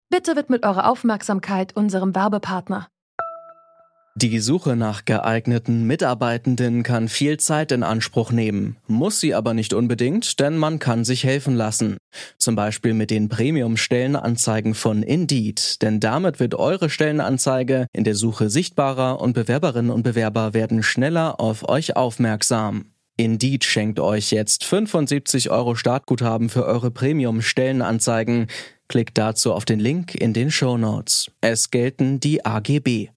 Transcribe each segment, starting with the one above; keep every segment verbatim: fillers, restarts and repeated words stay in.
Bitte widmet eure Aufmerksamkeit unserem Werbepartner. Die Suche nach geeigneten Mitarbeitenden kann viel Zeit in Anspruch nehmen, muss sie aber nicht unbedingt, denn man kann sich helfen lassen. Zum Beispiel mit den Premium-Stellenanzeigen von Indeed, denn damit wird eure Stellenanzeige in der Suche sichtbarer und Bewerberinnen und Bewerber werden schneller auf euch aufmerksam. Indeed schenkt euch jetzt fünfundsiebzig Euro Startguthaben für eure Premium-Stellenanzeigen. Klickt dazu auf den Link in den Shownotes. Es gelten die A G B.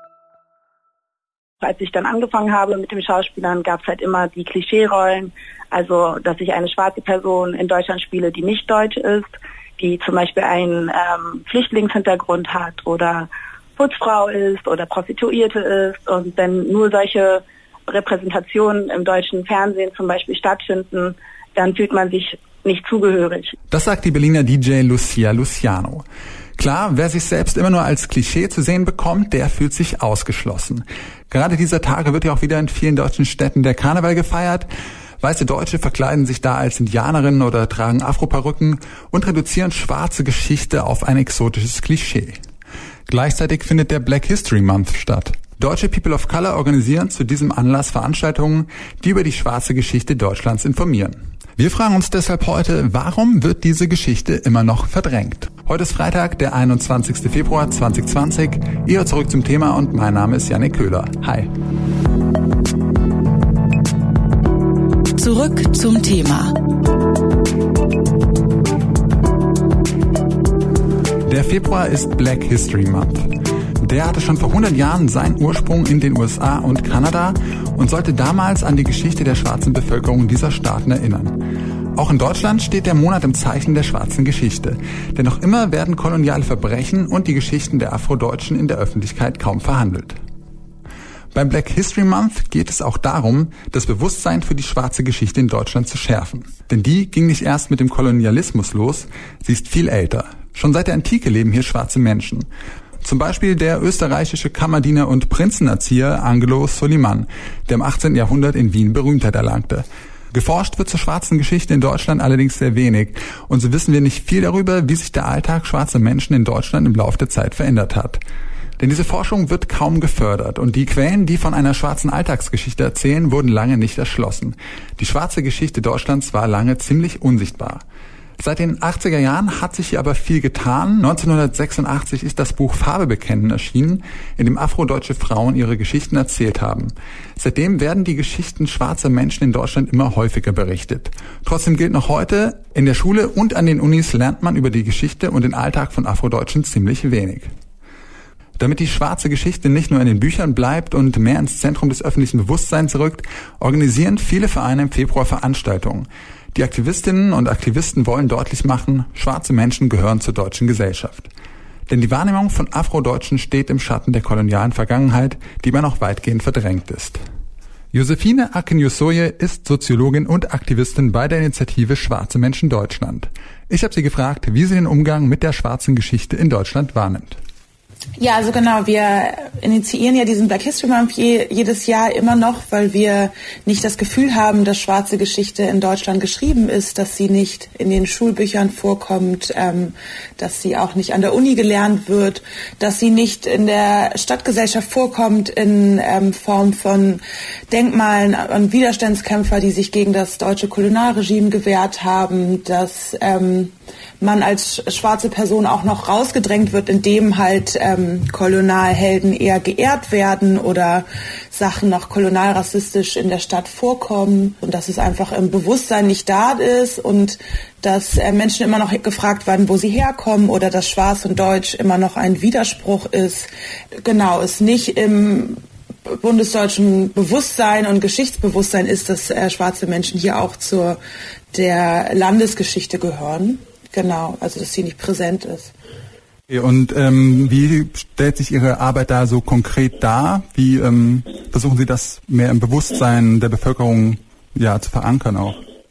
Als ich dann angefangen habe mit dem Schauspielern, gab es halt immer die Klischeerollen, also dass ich eine schwarze Person in Deutschland spiele, die nicht deutsch ist, die zum Beispiel einen ähm, Flüchtlingshintergrund hat oder Putzfrau ist oder Prostituierte ist. Und wenn nur solche Repräsentationen im deutschen Fernsehen zum Beispiel stattfinden, dann fühlt man sich nicht zugehörig. Das sagt die Berliner D J Lucia Luciano. Klar, wer sich selbst immer nur als Klischee zu sehen bekommt, der fühlt sich ausgeschlossen. Gerade dieser Tage wird ja auch wieder in vielen deutschen Städten der Karneval gefeiert. Weiße Deutsche verkleiden sich da als Indianerinnen oder tragen Afroperücken und reduzieren schwarze Geschichte auf ein exotisches Klischee. Gleichzeitig findet der Black History Month statt. Deutsche People of Color organisieren zu diesem Anlass Veranstaltungen, die über die schwarze Geschichte Deutschlands informieren. Wir fragen uns deshalb heute, warum wird diese Geschichte immer noch verdrängt? Heute ist Freitag, der einundzwanzigster Februar zweitausendzwanzig. Ihr zurück zum Thema und mein Name ist Jannik Köhler. Hi. Zurück zum Thema. Der Februar ist Black History Month. Der hatte schon vor hundert Jahren seinen Ursprung in den U S A und Kanada und sollte damals an die Geschichte der schwarzen Bevölkerung dieser Staaten erinnern. Auch in Deutschland steht der Monat im Zeichen der schwarzen Geschichte. Denn noch immer werden koloniale Verbrechen und die Geschichten der Afrodeutschen in der Öffentlichkeit kaum verhandelt. Beim Black History Month geht es auch darum, das Bewusstsein für die schwarze Geschichte in Deutschland zu schärfen. Denn die ging nicht erst mit dem Kolonialismus los, sie ist viel älter. Schon seit der Antike leben hier schwarze Menschen. Zum Beispiel der österreichische Kammerdiener und Prinzenerzieher Angelo Soliman, der im achtzehnten Jahrhundert in Wien Berühmtheit erlangte. Geforscht wird zur schwarzen Geschichte in Deutschland allerdings sehr wenig und so wissen wir nicht viel darüber, wie sich der Alltag schwarzer Menschen in Deutschland im Laufe der Zeit verändert hat. Denn diese Forschung wird kaum gefördert und die Quellen, die von einer schwarzen Alltagsgeschichte erzählen, wurden lange nicht erschlossen. Die schwarze Geschichte Deutschlands war lange ziemlich unsichtbar. Seit den achtziger Jahren hat sich hier aber viel getan. neunzehnhundertsechsundachtzig ist das Buch Farbe bekennen erschienen, in dem afrodeutsche Frauen ihre Geschichten erzählt haben. Seitdem werden die Geschichten schwarzer Menschen in Deutschland immer häufiger berichtet. Trotzdem gilt noch heute, in der Schule und an den Unis lernt man über die Geschichte und den Alltag von Afrodeutschen ziemlich wenig. Damit die schwarze Geschichte nicht nur in den Büchern bleibt und mehr ins Zentrum des öffentlichen Bewusstseins rückt, organisieren viele Vereine im Februar Veranstaltungen. Die Aktivistinnen und Aktivisten wollen deutlich machen, schwarze Menschen gehören zur deutschen Gesellschaft. Denn die Wahrnehmung von Afrodeutschen steht im Schatten der kolonialen Vergangenheit, die immer noch weitgehend verdrängt ist. Josephine Akinyosoye ist Soziologin und Aktivistin bei der Initiative Schwarze Menschen Deutschland. Ich habe sie gefragt, wie sie den Umgang mit der schwarzen Geschichte in Deutschland wahrnimmt. Ja, also genau, wir initiieren ja diesen Black History Month je, jedes Jahr immer noch, weil wir nicht das Gefühl haben, dass schwarze Geschichte in Deutschland geschrieben ist, dass sie nicht in den Schulbüchern vorkommt, ähm, dass sie auch nicht an der Uni gelernt wird, dass sie nicht in der Stadtgesellschaft vorkommt in ähm, Form von Denkmalen an Widerstandskämpfer, die sich gegen das deutsche Kolonialregime gewehrt haben, dass ähm, man als schwarze Person auch noch rausgedrängt wird, indem halt ähm, Kolonialhelden eher geehrt werden oder Sachen noch kolonialrassistisch in der Stadt vorkommen und dass es einfach im Bewusstsein nicht da ist und dass äh, Menschen immer noch gefragt werden, wo sie herkommen oder dass Schwarz und Deutsch immer noch ein Widerspruch ist. Genau, es nicht im bundesdeutschen Bewusstsein und Geschichtsbewusstsein ist, dass äh, schwarze Menschen hier auch zur der Landesgeschichte gehören. Genau, also dass sie nicht präsent ist. Und ähm, wie stellt sich Ihre Arbeit da so konkret dar? Wie ähm, versuchen Sie das mehr im Bewusstsein der Bevölkerung ja zu verankern auch?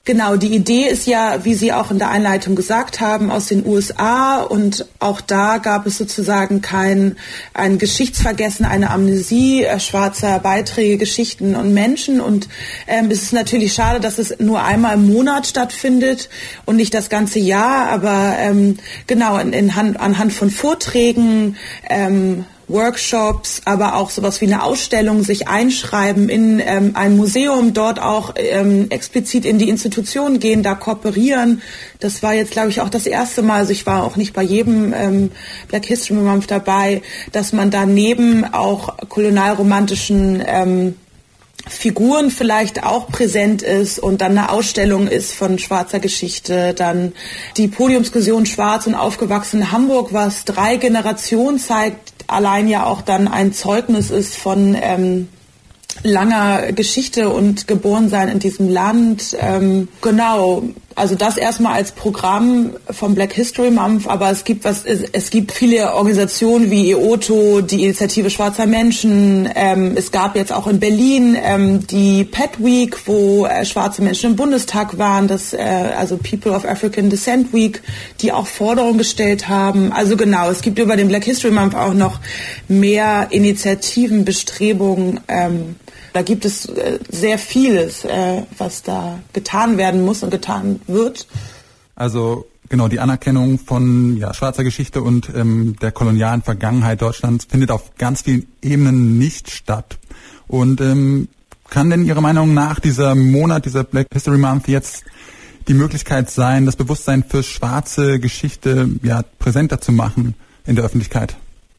Genau, die Idee ist ja, wie Sie auch in der Einleitung gesagt haben, aus den U S A, und auch da gab es sozusagen kein ein Geschichtsvergessen, eine Amnesie äh, schwarzer Beiträge, Geschichten und Menschen, und ähm, es ist natürlich schade, dass es nur einmal im Monat stattfindet und nicht das ganze Jahr, aber ähm, genau in, in Hand, anhand von Vorträgen, ähm, Workshops, aber auch sowas wie eine Ausstellung, sich einschreiben in ähm, ein Museum, dort auch ähm, explizit in die Institution gehen, da kooperieren. Das war jetzt, glaube ich, auch das erste Mal, also ich war auch nicht bei jedem ähm, Black History Month dabei, dass man daneben auch kolonialromantischen ähm, Figuren vielleicht auch präsent ist und dann eine Ausstellung ist von schwarzer Geschichte, dann die Podiumsdiskussion Schwarz und aufgewachsen in Hamburg, was drei Generationen zeigt, allein ja auch dann ein Zeugnis ist von ähm, langer Geschichte und Geborensein in diesem Land. Ähm, genau, also das erstmal als Programm vom Black History Month, aber es gibt was, es, es gibt viele Organisationen wie E O T O, die Initiative Schwarzer Menschen. Ähm, es gab jetzt auch in Berlin ähm, die Pet Week, wo äh, schwarze Menschen im Bundestag waren, das äh, also People of African Descent Week, die auch Forderungen gestellt haben. Also genau, es gibt über den Black History Month auch noch mehr Initiativen, Bestrebungen. Ähm, Da gibt es äh, sehr vieles, äh, was da getan werden muss und getan wird. Also genau, die Anerkennung von ja, schwarzer Geschichte und ähm, der kolonialen Vergangenheit Deutschlands findet auf ganz vielen Ebenen nicht statt. Und ähm, kann denn Ihrer Meinung nach dieser Monat, dieser Black History Month jetzt die Möglichkeit sein, das Bewusstsein für schwarze Geschichte ja, präsenter zu machen in der Öffentlichkeit?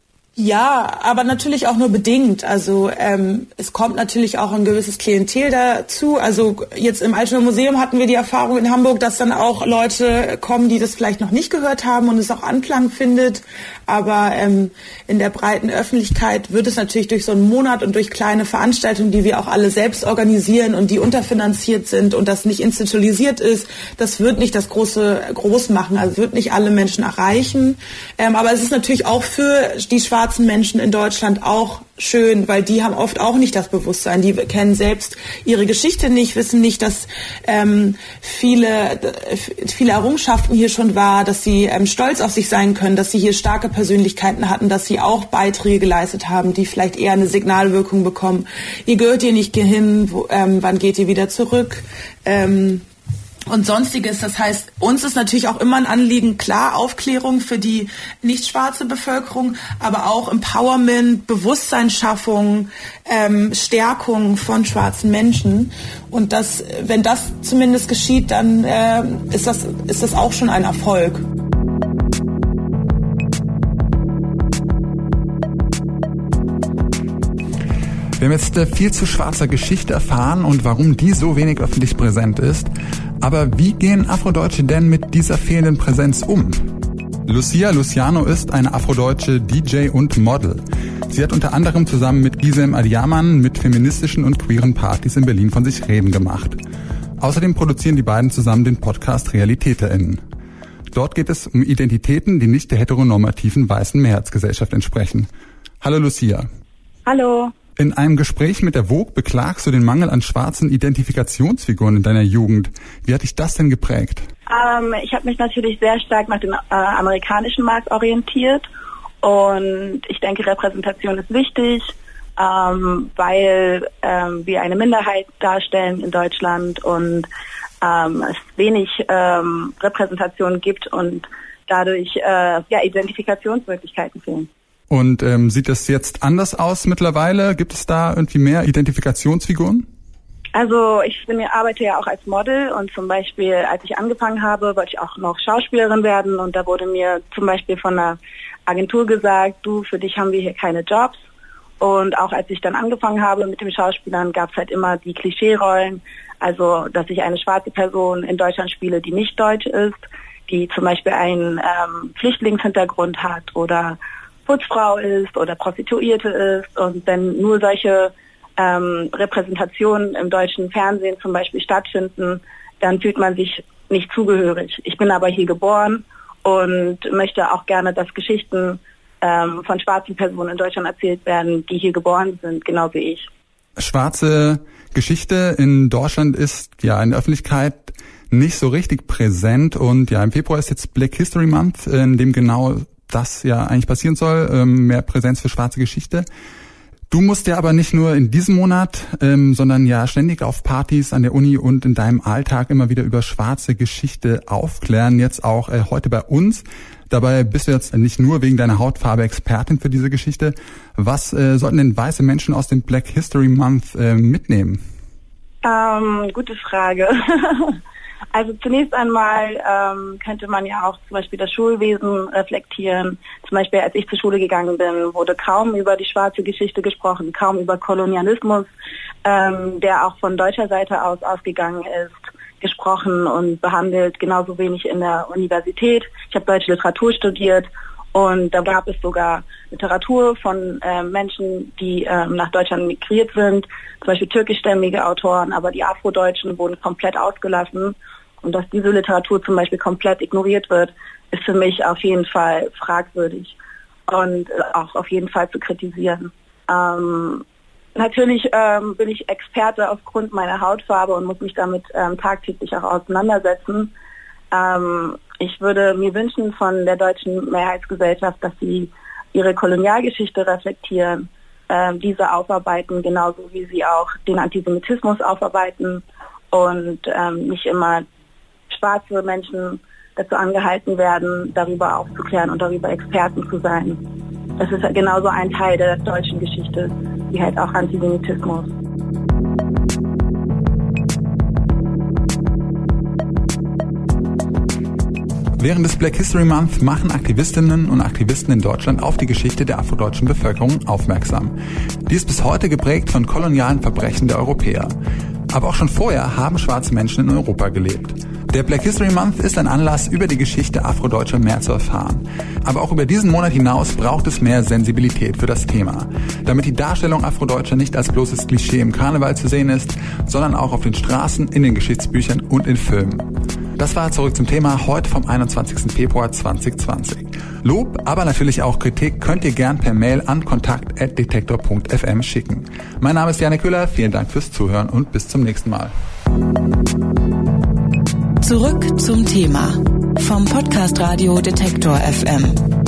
Ja, aber natürlich auch nur bedingt. Also ähm, es kommt natürlich auch ein gewisses Klientel dazu. Also jetzt im Altona Museum hatten wir die Erfahrung in Hamburg, dass dann auch Leute kommen, die das vielleicht noch nicht gehört haben und es auch Anklang findet. Aber ähm, in der breiten Öffentlichkeit wird es natürlich durch so einen Monat und durch kleine Veranstaltungen, die wir auch alle selbst organisieren und die unterfinanziert sind und das nicht institutionalisiert ist, das wird nicht das große Groß machen. Also wird nicht alle Menschen erreichen. Ähm, aber es ist natürlich auch für die schwarzen Menschen in Deutschland auch schön, weil die haben oft auch nicht das Bewusstsein. Die kennen selbst ihre Geschichte nicht, wissen nicht, dass ähm, viele, viele Errungenschaften hier schon war, dass sie ähm, stolz auf sich sein können, dass sie hier starke Persönlichkeiten hatten, dass sie auch Beiträge geleistet haben, die vielleicht eher eine Signalwirkung bekommen. Ihr gehört hier nicht hin, wo, ähm, wann geht ihr wieder zurück? Ähm, und Sonstiges. Das heißt, uns ist natürlich auch immer ein Anliegen, klar, Aufklärung für die nicht schwarze Bevölkerung, aber auch Empowerment, Bewusstseinsschaffung, ähm, Stärkung von schwarzen Menschen. Und das, wenn das zumindest geschieht, dann äh, ist das, ist das auch schon ein Erfolg. Wir haben jetzt viel zu schwarzer Geschichte erfahren und warum die so wenig öffentlich präsent ist. Aber wie gehen Afrodeutsche denn mit dieser fehlenden Präsenz um? Lucia Luciano ist eine afrodeutsche D J und Model. Sie hat unter anderem zusammen mit Gisem Adiyaman mit feministischen und queeren Partys in Berlin von sich reden gemacht. Außerdem produzieren die beiden zusammen den Podcast RealitäterInnen. Dort geht es um Identitäten, die nicht der heteronormativen weißen Mehrheitsgesellschaft entsprechen. Hallo Lucia. Hallo. In einem Gespräch mit der Vogue beklagst du den Mangel an schwarzen Identifikationsfiguren in deiner Jugend. Wie hat dich das denn geprägt? Ähm, ich habe mich natürlich sehr stark nach dem äh, amerikanischen Markt orientiert und ich denke, Repräsentation ist wichtig, ähm, weil ähm, wir eine Minderheit darstellen in Deutschland und ähm, es wenig ähm, Repräsentation gibt und dadurch äh, ja, Identifikationsmöglichkeiten fehlen. Und ähm, sieht das jetzt anders aus mittlerweile? Gibt es da irgendwie mehr Identifikationsfiguren? Also ich bin, arbeite ja auch als Model und zum Beispiel, als ich angefangen habe, wollte ich auch noch Schauspielerin werden und da wurde mir zum Beispiel von einer Agentur gesagt, du, für dich haben wir hier keine Jobs. Und auch als ich dann angefangen habe mit dem Schauspielern, gab es halt immer die Klischeerollen, also dass ich eine schwarze Person in Deutschland spiele, die nicht deutsch ist, die zum Beispiel einen ähm, Flüchtlingshintergrund hat oder Putzfrau ist oder Prostituierte ist und wenn nur solche ähm, Repräsentationen im deutschen Fernsehen zum Beispiel stattfinden, dann fühlt man sich nicht zugehörig. Ich bin aber hier geboren und möchte auch gerne, dass Geschichten ähm, von schwarzen Personen in Deutschland erzählt werden, die hier geboren sind, genau wie ich. Schwarze Geschichte in Deutschland ist ja in der Öffentlichkeit nicht so richtig präsent. Und ja, im Februar ist jetzt Black History Month, in dem genau das ja eigentlich passieren soll, ähm, mehr Präsenz für schwarze Geschichte. Du musst ja aber nicht nur in diesem Monat, ähm, sondern ja ständig auf Partys an der Uni und in deinem Alltag immer wieder über schwarze Geschichte aufklären, jetzt auch äh, heute bei uns. Dabei bist du jetzt nicht nur wegen deiner Hautfarbe Expertin für diese Geschichte. Was äh, sollten denn weiße Menschen aus dem Black History Month äh, mitnehmen? Ähm, gute Frage. Also zunächst einmal ähm, könnte man ja auch zum Beispiel das Schulwesen reflektieren. Zum Beispiel, als ich zur Schule gegangen bin, wurde kaum über die schwarze Geschichte gesprochen, kaum über Kolonialismus, ähm, der auch von deutscher Seite aus ausgegangen ist, gesprochen und behandelt, genauso wenig in der Universität. Ich habe deutsche Literatur studiert und da gab es sogar Literatur von äh, Menschen, die ähm, nach Deutschland migriert sind, zum Beispiel türkischstämmige Autoren, aber die Afrodeutschen wurden komplett ausgelassen. Und dass diese Literatur zum Beispiel komplett ignoriert wird, ist für mich auf jeden Fall fragwürdig und auch auf jeden Fall zu kritisieren. Ähm, natürlich ähm, bin ich Experte aufgrund meiner Hautfarbe und muss mich damit ähm, tagtäglich auch auseinandersetzen. Ähm, ich würde mir wünschen von der deutschen Mehrheitsgesellschaft, dass sie ihre Kolonialgeschichte reflektieren, äh, diese aufarbeiten, genauso wie sie auch den Antisemitismus aufarbeiten und ähm, nicht immer schwarze Menschen dazu angehalten werden, darüber aufzuklären und darüber Experten zu sein. Das ist genauso ein Teil der deutschen Geschichte, wie halt auch Antisemitismus. Während des Black History Month machen Aktivistinnen und Aktivisten in Deutschland auf die Geschichte der afrodeutschen Bevölkerung aufmerksam. Die ist bis heute geprägt von kolonialen Verbrechen der Europäer. Aber auch schon vorher haben schwarze Menschen in Europa gelebt. Der Black History Month ist ein Anlass, über die Geschichte Afrodeutscher mehr zu erfahren. Aber auch über diesen Monat hinaus braucht es mehr Sensibilität für das Thema. Damit die Darstellung Afrodeutscher nicht als bloßes Klischee im Karneval zu sehen ist, sondern auch auf den Straßen, in den Geschichtsbüchern und in Filmen. Das war Zurück zum Thema heute vom einundzwanzigsten Februar zweitausendzwanzig. Lob, aber natürlich auch Kritik könnt ihr gern per Mail an kontakt at detektor punkt f m schicken. Mein Name ist Janik Köhler, vielen Dank fürs Zuhören und bis zum nächsten Mal. Zurück zum Thema vom Podcast Radio Detektor F M.